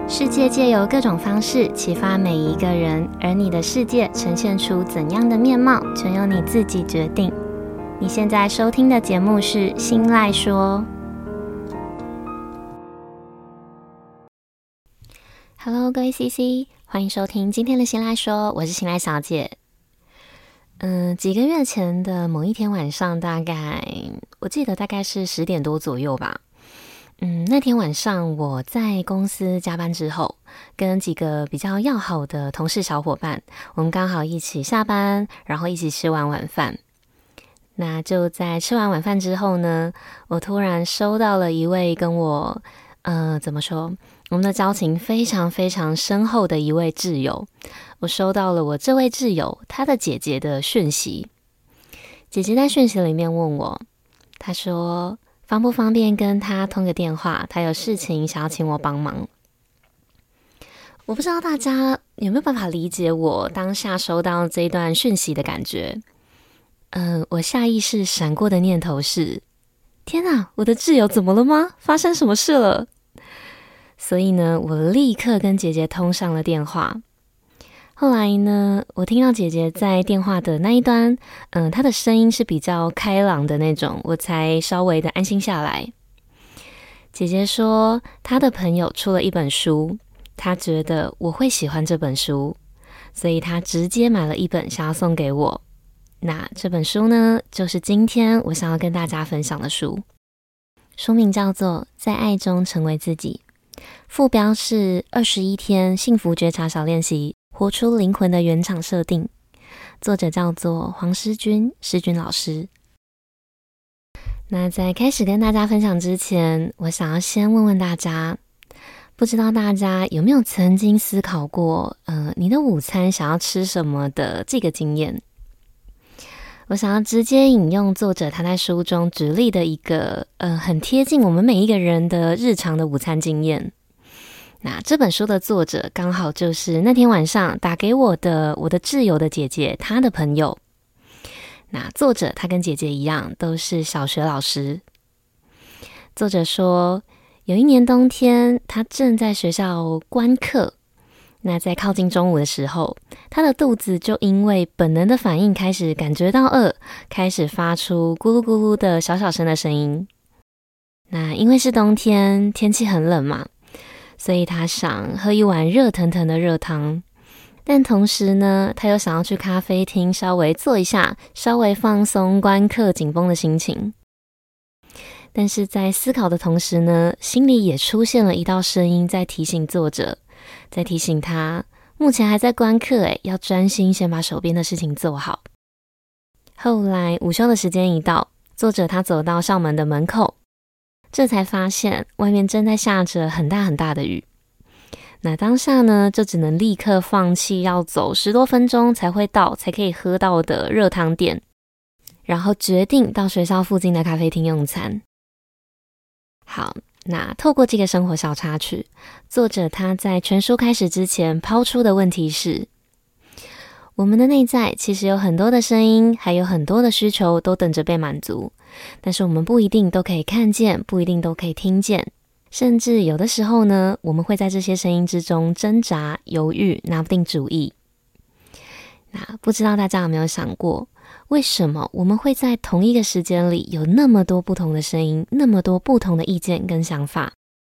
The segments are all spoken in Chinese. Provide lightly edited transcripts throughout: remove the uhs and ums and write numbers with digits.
世界借由各种方式启发每一个人，而你的世界呈现出怎样的面貌，全由你自己决定。你现在收听的节目是《心赖说》。Hello， 各位 CC， 欢迎收听今天的《心赖说》，我是心赖小姐。几个月前的某一天晚上，我记得大概是10点多左右吧。那天晚上我在公司加班之后，跟几个比较要好的同事小伙伴，我们刚好一起下班，然后一起吃完晚饭。那就在吃完晚饭之后呢，我突然收到了一位跟我我们的交情非常非常深厚的一位挚友。我收到了我这位挚友他的姐姐的讯息。姐姐在讯息里面问我，她说方不方便跟他通个电话，他有事情想要请我帮忙。我不知道大家有没有办法理解我当下收到这一段讯息的感觉。我下意识闪过的念头是，天啊，我的挚友怎么了吗？发生什么事了？所以呢，我立刻跟姐姐通上了电话。后来呢，我听到姐姐在电话的那一端，她的声音是比较开朗的那种，我才稍微的安心下来。姐姐说，她的朋友出了一本书，她觉得我会喜欢这本书，所以她直接买了一本想要送给我。那这本书呢，就是今天我想要跟大家分享的书。书名叫做《在爱中成为自己》，副标是21天幸福觉察小练习，活出灵魂的原厂设定。作者叫做黄诗君老师。那在开始跟大家分享之前，我想要先问问大家，不知道大家有没有曾经思考过你的午餐想要吃什么的这个经验。我想要直接引用作者他在书中举例的一个很贴近我们每一个人的日常的午餐经验。那这本书的作者刚好就是那天晚上打给我的挚友的姐姐，她的朋友。那作者他跟姐姐一样，都是小学老师。作者说，有一年冬天，他正在学校观课。那在靠近中午的时候，他的肚子就因为本能的反应开始感觉到饿，开始发出咕噜咕噜的小小声的声音。那因为是冬天，天气很冷嘛，所以他想喝一碗热腾腾的热汤，但同时呢，他又想要去咖啡厅稍微坐一下，稍微放松观课紧绷的心情。但是在思考的同时呢，心里也出现了一道声音在提醒作者，在提醒他目前还在观课，要专心先把手边的事情做好。后来午休的时间一到，作者他走到校门的门口，这才发现外面正在下着很大很大的雨。那当下呢，就只能立刻放弃要走10多分钟才可以喝到的热汤店，然后决定到学校附近的咖啡厅用餐。好，那透过这个生活小插曲，作者他在全书开始之前抛出的问题是，我们的内在其实有很多的声音，还有很多的需求都等着被满足，但是我们不一定都可以看见，不一定都可以听见，甚至有的时候呢，我们会在这些声音之中挣扎、犹豫、拿不定主意。那不知道大家有没有想过，为什么我们会在同一个时间里有那么多不同的声音，那么多不同的意见跟想法？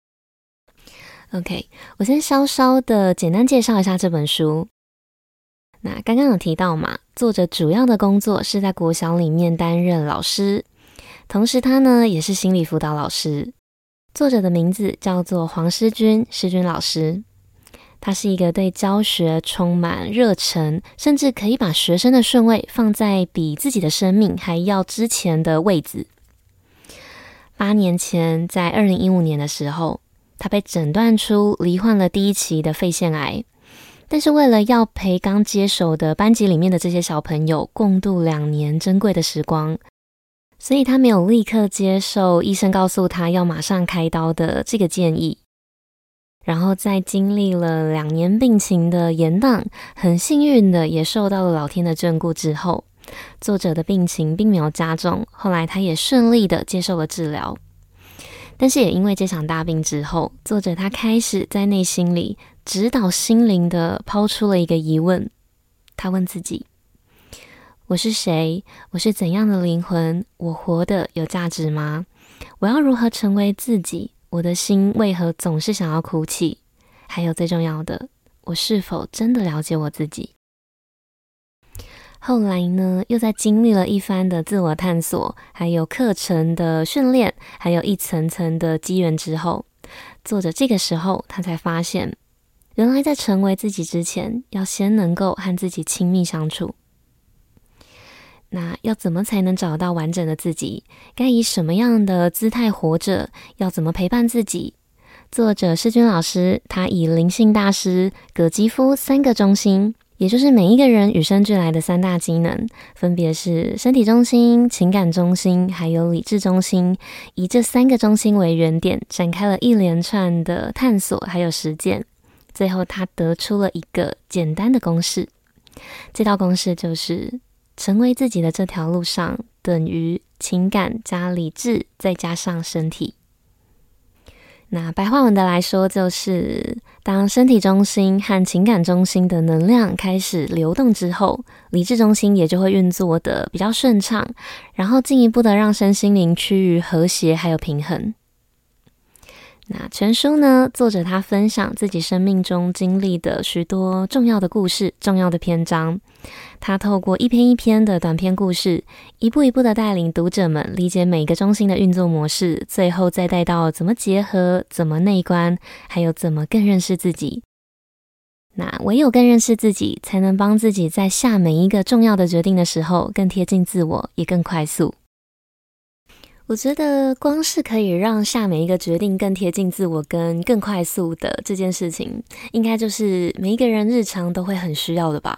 OK， 我先稍稍的简单介绍一下这本书。那刚刚有提到嘛，作者主要的工作是在国小里面担任老师，同时他呢也是心理辅导老师。作者的名字叫做黄诗君老师。他是一个对教学充满热忱，甚至可以把学生的顺位放在比自己的生命还要之前的位置。8年前，在2015年的时候，他被诊断出罹患了第1期的肺腺癌。但是为了要陪刚接手的班级里面的这些小朋友共度2年珍贵的时光，所以他没有立刻接受医生告诉他要马上开刀的这个建议。然后在经历了2年病情的延宕，很幸运的也受到了老天的眷顾之后，作者的病情并没有加重，后来他也顺利的接受了治疗。 但是也因为这场大病之后，作者他开始在内心里指导心灵的抛出了一个疑问。他问自己，我是谁？我是怎样的灵魂？我活得有价值吗？我要如何成为自己？我的心为何总是想要哭泣？还有最重要的，我是否真的了解我自己？后来呢，又在经历了一番的自我探索，还有课程的训练，还有一层层的机缘之后，作者这个时候他才发现，原来在成为自己之前，要先能够和自己亲密相处。那要怎么才能找到完整的自己？该以什么样的姿态活着？要怎么陪伴自己？作者世君老师，他以灵性大师葛基夫3个中心，也就是每一个人与生俱来的3大机能，分别是身体中心、情感中心，还有理智中心，以这3个中心为原点，展开了一连串的探索还有实践。最后他得出了一个简单的公式，这道公式就是成为自己的这条路上等于情感加理智再加上身体。那白话文的来说，就是当身体中心和情感中心的能量开始流动之后，理智中心也就会运作的比较顺畅，然后进一步的让身心灵趋于和谐还有平衡。那全书呢，作者他分享自己生命中经历的许多重要的故事、重要的篇章，他透过一篇一篇的短篇故事，一步一步的带领读者们理解每个中心的运作模式，最后再带到怎么结合、怎么内观，还有怎么更认识自己。那唯有更认识自己，才能帮自己在下每一个重要的决定的时候更贴近自我，也更快速。我觉得光是可以让下每一个决定更贴近自我跟更快速的这件事情，应该就是每一个人日常都会很需要的吧。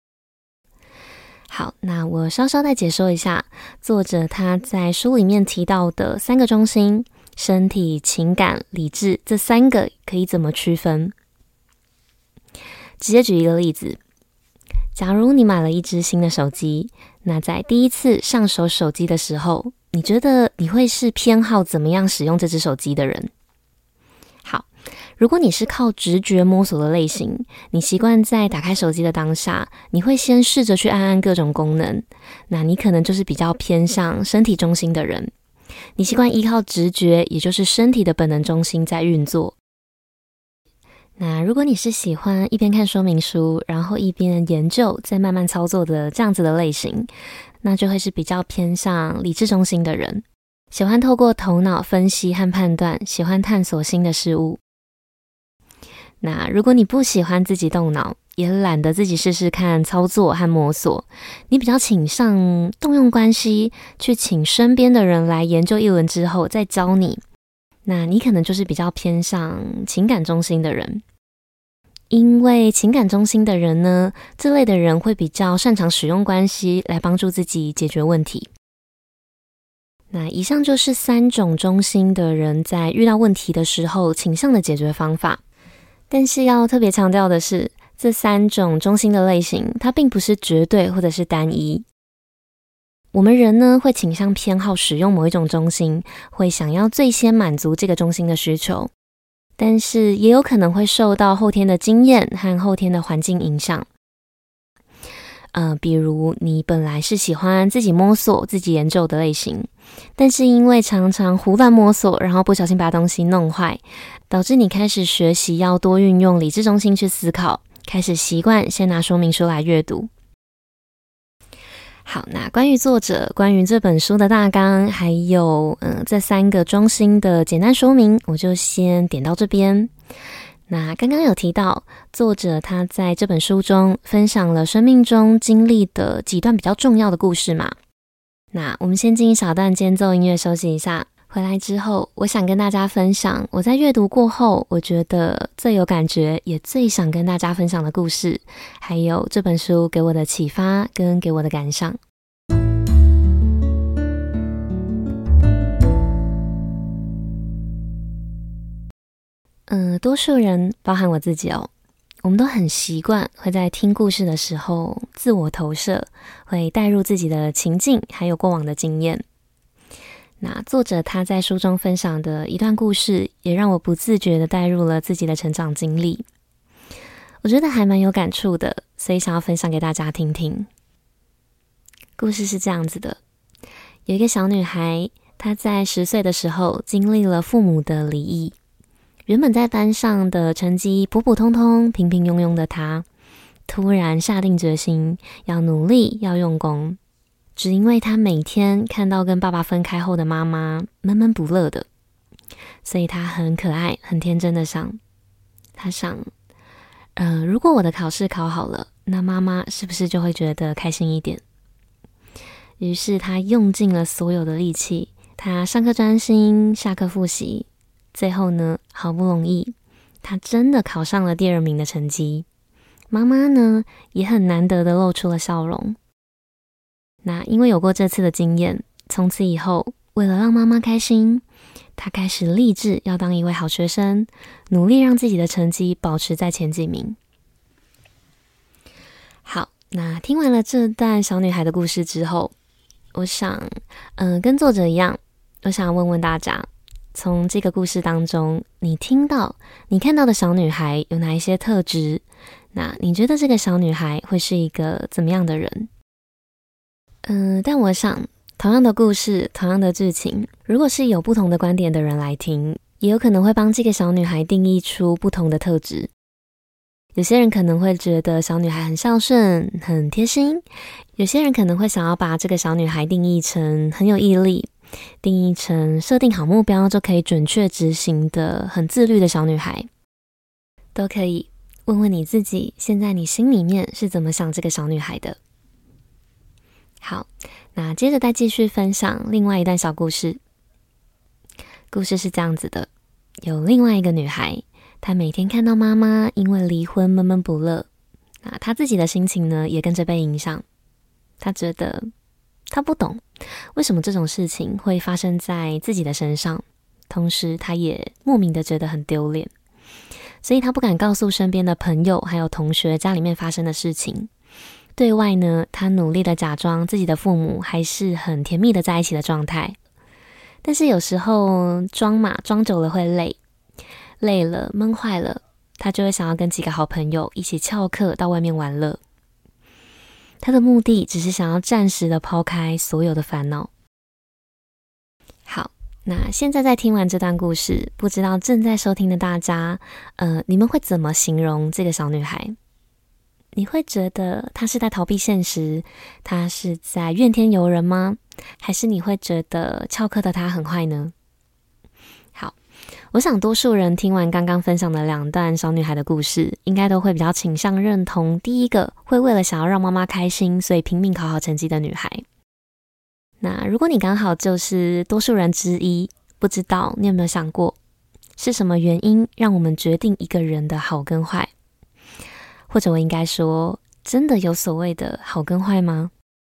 好，那我稍稍再解说一下作者他在书里面提到的3个中心，身体、情感、理智，这3个可以怎么区分。直接举一个例子，假如你买了一只新的手机，那在第一次上手手机的时候，你觉得你会是偏好怎么样使用这只手机的人？好，如果你是靠直觉摸索的类型，你习惯在打开手机的当下，你会先试着去按按各种功能，那你可能就是比较偏向身体中心的人。你习惯依靠直觉，也就是身体的本能中心在运作。那如果你是喜欢一边看说明书，然后一边研究，再慢慢操作的这样子的类型，那就会是比较偏向理智中心的人，喜欢透过头脑分析和判断，喜欢探索新的事物。那如果你不喜欢自己动脑，也懒得自己试试看操作和摸索，你比较倾向动用关系，去请身边的人来研究一轮之后再教你，那你可能就是比较偏向情感中心的人。因为情感中心的人呢，这类的人会比较擅长使用关系来帮助自己解决问题。那以上就是3种中心的人在遇到问题的时候倾向的解决方法。但是要特别强调的是，这3种中心的类型，它并不是绝对或者是单一。我们人呢，会倾向偏好使用某一种中心，会想要最先满足这个中心的需求，但是也有可能会受到后天的经验和后天的环境影响。比如你本来是喜欢自己摸索、自己研究的类型，但是因为常常胡乱摸索，然后不小心把东西弄坏，导致你开始学习要多运用理智中心去思考，开始习惯先拿说明书来阅读。好，那关于作者关于这本书的大纲，还有这3个中心的简单说明，我就先点到这边。那刚刚有提到，作者他在这本书中分享了生命中经历的几段比较重要的故事嘛。那我们先进一小段间奏音乐休息一下，回来之后，我想跟大家分享我在阅读过后，我觉得最有感觉，也最想跟大家分享的故事，还有这本书给我的启发跟给我的感想。多数人，包含我自己我们都很习惯会在听故事的时候自我投射，会带入自己的情境，还有过往的经验。 那作者他在书中分享的一段故事，也让我不自觉地带入了自己的成长经历，我觉得还蛮有感触的，所以想要分享给大家听听。故事是这样子的，有一个小女孩，她在10岁的时候经历了父母的离异，原本在班上的成绩普普通通、平平庸庸的她，突然下定决心要努力、要用功，只因为她每天看到跟爸爸分开后的妈妈闷闷不乐的，所以她很可爱、很天真的想，她想，如果我的考试考好了，那妈妈是不是就会觉得开心一点？于是她用尽了所有的力气，她上课专心，下课复习，最后呢，好不容易，她真的考上了第2名的成绩。妈妈呢，也很难得的露出了笑容。那因为有过这次的经验，从此以后，为了让妈妈开心，她开始立志要当一位好学生，努力让自己的成绩保持在前几名。好，那听完了这段小女孩的故事之后，我想，跟作者一样，我想问问大家，从这个故事当中，你听到、你看到的小女孩有哪一些特质？那你觉得这个小女孩会是一个怎么样的人？但我想，同样的故事，同样的剧情，如果是有不同的观点的人来听，也有可能会帮这个小女孩定义出不同的特质。有些人可能会觉得小女孩很孝顺、很贴心，有些人可能会想要把这个小女孩定义成很有毅力，定义成设定好目标就可以准确执行的很自律的小女孩，都可以问问你自己，现在你心里面是怎么想这个小女孩的。好，那接着再继续分享另外一段小故事。故事是这样子的，有另外一个女孩，她每天看到妈妈因为离婚闷闷不乐，那她自己的心情呢也跟着被影响。她觉得她不懂为什么这种事情会发生在自己的身上，同时她也莫名的觉得很丢脸，所以她不敢告诉身边的朋友还有同学家里面发生的事情。对外呢，她努力的假装自己的父母还是很甜蜜的在一起的状态，但是有时候装久了会累了闷坏了，她就会想要跟几个好朋友一起翘课到外面玩乐。她的目的只是想要暂时的抛开所有的烦恼。好，那现在在听完这段故事，不知道正在收听的大家，你们会怎么形容这个小女孩？你会觉得她是在逃避现实，她是在怨天尤人吗？还是你会觉得翘课的她很坏呢？好，我想多数人听完刚刚分享的2段小女孩的故事，应该都会比较倾向认同第一个会为了想要让妈妈开心，所以拼命考好成绩的女孩。那如果你刚好就是多数人之一，不知道你有没有想过，是什么原因让我们决定一个人的好跟坏？或者我应该说，真的有所谓的好跟坏吗？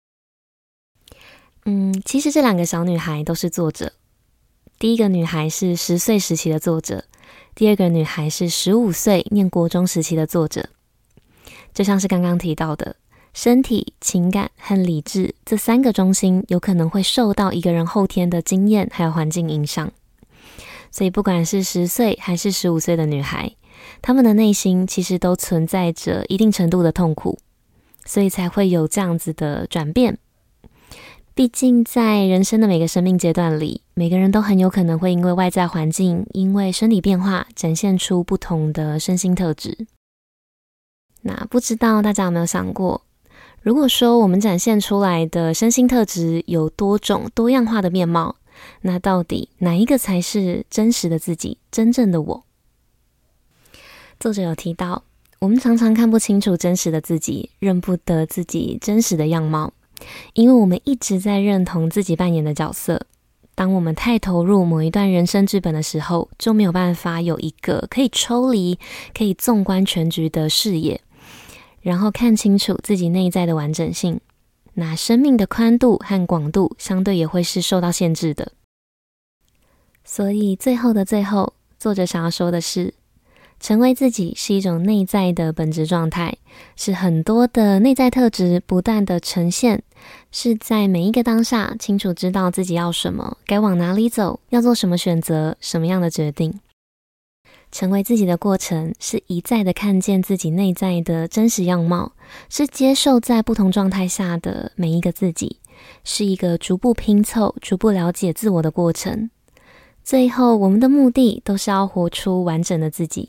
其实这2个小女孩都是作者。第一个女孩是10岁时期的作者，第二个女孩是15岁念国中时期的作者。就像是刚刚提到的，身体、情感和理智这3个中心有可能会受到一个人后天的经验还有环境影响。所以不管是10岁还是15岁的女孩，她们的内心其实都存在着一定程度的痛苦，所以才会有这样子的转变。毕竟在人生的每个生命阶段里，每个人都很有可能会因为外在环境，因为生理变化，展现出不同的身心特质。那不知道大家有没有想过，如果说我们展现出来的身心特质有多种多样化的面貌，那到底哪一个才是真实的自己，真正的我？作者有提到，我们常常看不清楚真实的自己，认不得自己真实的样貌，因为我们一直在认同自己扮演的角色。当我们太投入某一段人生剧本的时候，就没有办法有一个可以抽离、可以纵观全局的视野，然后看清楚自己内在的完整性。那生命的宽度和广度相对也会是受到限制的。所以最后的最后，作者想要说的是， 成为自己是一种内在的本质状态，是很多的内在特质不断的呈现，是在每一个当下清楚知道自己要什么，该往哪里走，要做什么选择，什么样的决定。成为自己的过程，是一再的看见自己内在的真实样貌，是接受在不同状态下的每一个自己，是一个逐步拼凑、逐步了解自我的过程。最后，我们的目的都是要活出完整的自己。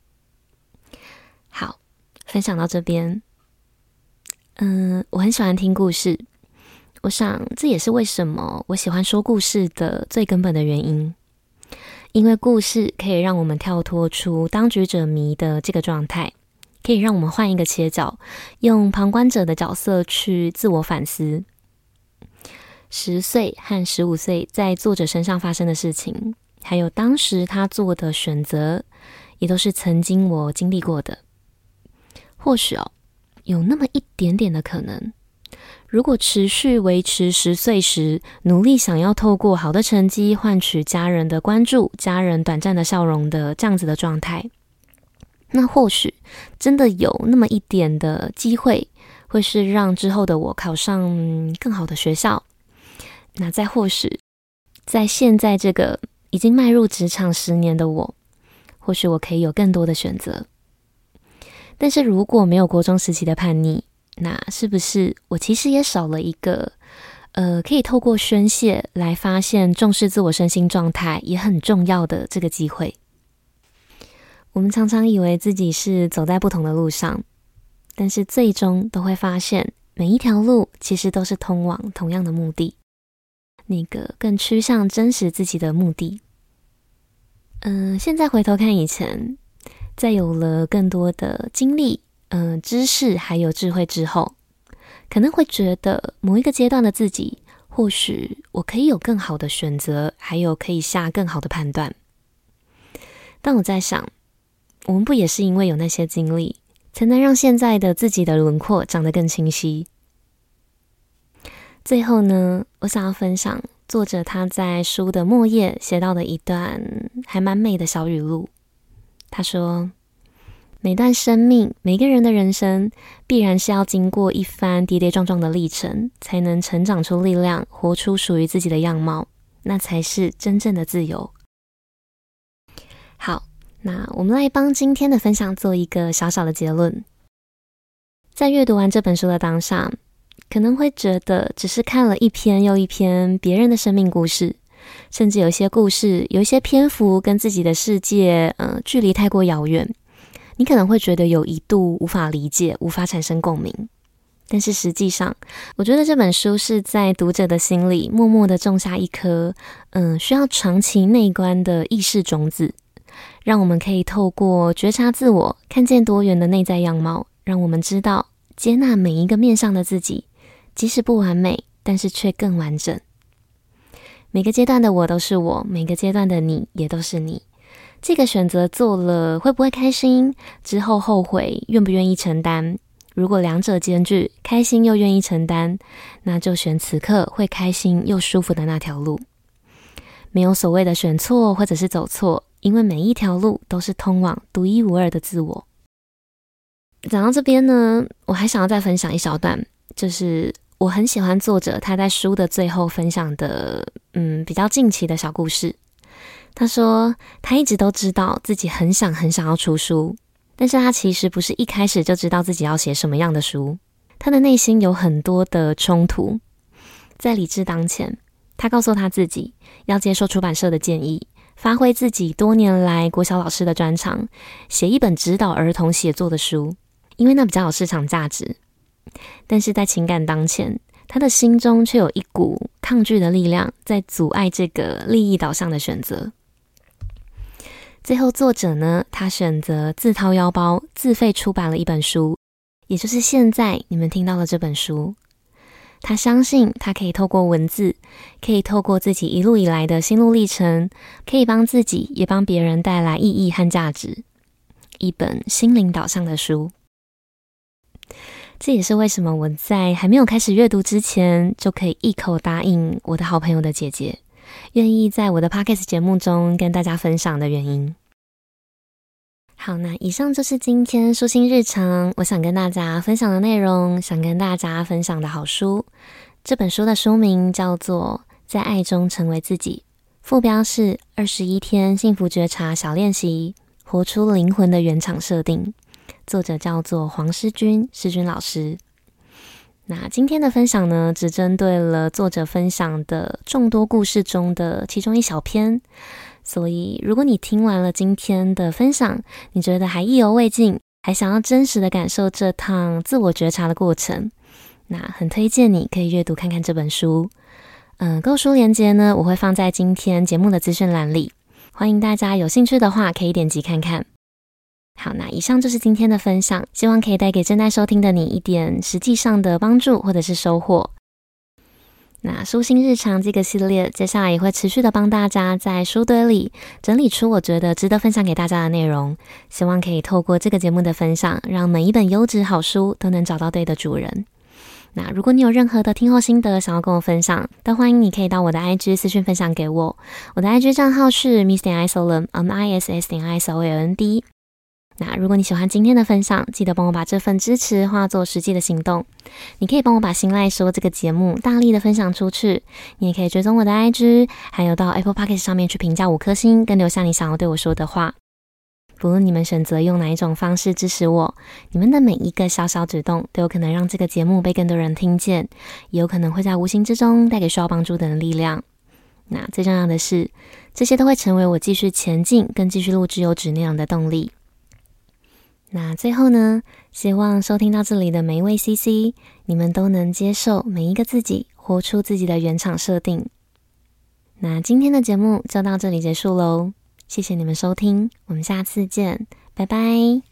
好，分享到这边。我很喜欢听故事，我想这也是为什么我喜欢说故事的最根本的原因。因为故事可以让我们跳脱出当局者迷的这个状态，可以让我们换一个切角，用旁观者的角色去自我反思。10岁和15岁在作者身上发生的事情，还有当时他做的选择，也都是曾经我经历过的。或许有那么一点点的可能，如果持续维持10岁时努力想要透过好的成绩换取家人的关注、家人短暂的笑容的这样子的状态，那或许真的有那么一点的机会，会是让之后的我考上更好的学校。那再或许在现在这个已经迈入职场10年的我，或许我可以有更多的选择。但是如果没有国中时期的叛逆，那是不是我其实也少了一个可以透过宣泄来发现重视自我身心状态也很重要的这个机会。我们常常以为自己是走在不同的路上，但是最终都会发现每一条路其实都是通往同样的目的，那个更趋向真实自己的目的。现在回头看以前，在有了更多的经历知识还有智慧之后，可能会觉得某一个阶段的自己，或许我可以有更好的选择，还有可以下更好的判断。但我在想，我们不也是因为有那些经历，才能让现在的自己的轮廓长得更清晰？最后呢，我想要分享作者他在书的末页写到的一段还蛮美的小语录。他说，每段生命，每个人的人生，必然是要经过一番跌跌撞撞的历程，才能成长出力量，活出属于自己的样貌，那才是真正的自由。好，那我们来帮今天的分享做一个小小的结论。在阅读完这本书的当下，可能会觉得只是看了一篇又一篇别人的生命故事，甚至有些故事，有一些篇幅跟自己的世界距离太过遥远，你可能会觉得有一度无法理解，无法产生共鸣。但是实际上，我觉得这本书是在读者的心里默默地种下一颗需要长期内观的意识种子，让我们可以透过觉察自我，看见多元的内在样貌，让我们知道接纳每一个面向的自己，即使不完美，但是却更完整。每个阶段的我都是我，每个阶段的你也都是你。这个选择做了会不会开心？之后后悔，愿不愿意承担？如果两者兼具，开心又愿意承担，那就选此刻会开心又舒服的那条路。没有所谓的选错或者是走错，因为每一条路都是通往独一无二的自我。讲到这边呢，我还想要再分享一小段，就是我很喜欢作者他在书的最后分享的比较近期的小故事。他说他一直都知道自己很想要出书，但是他其实不是一开始就知道自己要写什么样的书，他的内心有很多的冲突。在理智当前，他告诉他自己要接受出版社的建议，发挥自己多年来国小老师的专长，写一本指导儿童写作的书，因为那比较有市场价值。但是在情感当前，他的心中却有一股抗拒的力量在阻碍这个利益导向的选择。最后作者呢，他选择自掏腰包自费出版了一本书，也就是现在你们听到的这本书。他相信他可以透过文字，可以透过自己一路以来的心路历程，可以帮自己也帮别人带来意义和价值，一本心灵导向的书。这也是为什么我在还没有开始阅读之前，就可以一口答应我的好朋友的姐姐，愿意在我的 Podcast 节目中跟大家分享的原因。 好，那以上就是今天书心日常我想跟大家分享的内容，想跟大家分享的好书。这本书的书名叫做《在爱中成为自己》，副标是21天幸福觉察小练习，活出灵魂的原厂设定。作者叫做黄诗君老师。那今天的分享呢，只针对了作者分享的众多故事中的其中一小篇。所以如果你听完了今天的分享，你觉得还意犹未尽，还想要真实的感受这趟自我觉察的过程，那很推荐你可以阅读看看这本书。购书连结呢，我会放在今天节目的资讯栏里，欢迎大家有兴趣的话可以点击看看。好，那以上就是今天的分享，希望可以带给正在收听的你一点实际上的帮助或者是收获。那书心日常这个系列接下来也会持续的帮大家在书堆里整理出我觉得值得分享给大家的内容，希望可以透过这个节目的分享，让每一本优质好书都能找到对的主人。那如果你有任何的听后心得想要跟我分享，都欢迎你可以到我的 IG 私讯分享给我，我的 IG 账号是 miss.isoland miss.isoland。那如果你喜欢今天的分享，记得帮我把这份支持化作实际的行动。你可以帮我把心赖说这个节目大力的分享出去，你也可以追踪我的 IG， 还有到 Apple Podcast 上面去评价5颗星，跟留下你想要对我说的话。不论你们选择用哪一种方式支持我，你们的每一个小小举动都有可能让这个节目被更多人听见，也有可能会在无形之中带给需要帮助的人力量。那最重要的是，这些都会成为我继续前进跟继续录制优质内容的动力。那最后呢，希望收听到这里的每一位 CC， 你们都能接受每一个自己，活出自己的原厂设定。那今天的节目就到这里结束咯，谢谢你们收听，我们下次见，拜拜。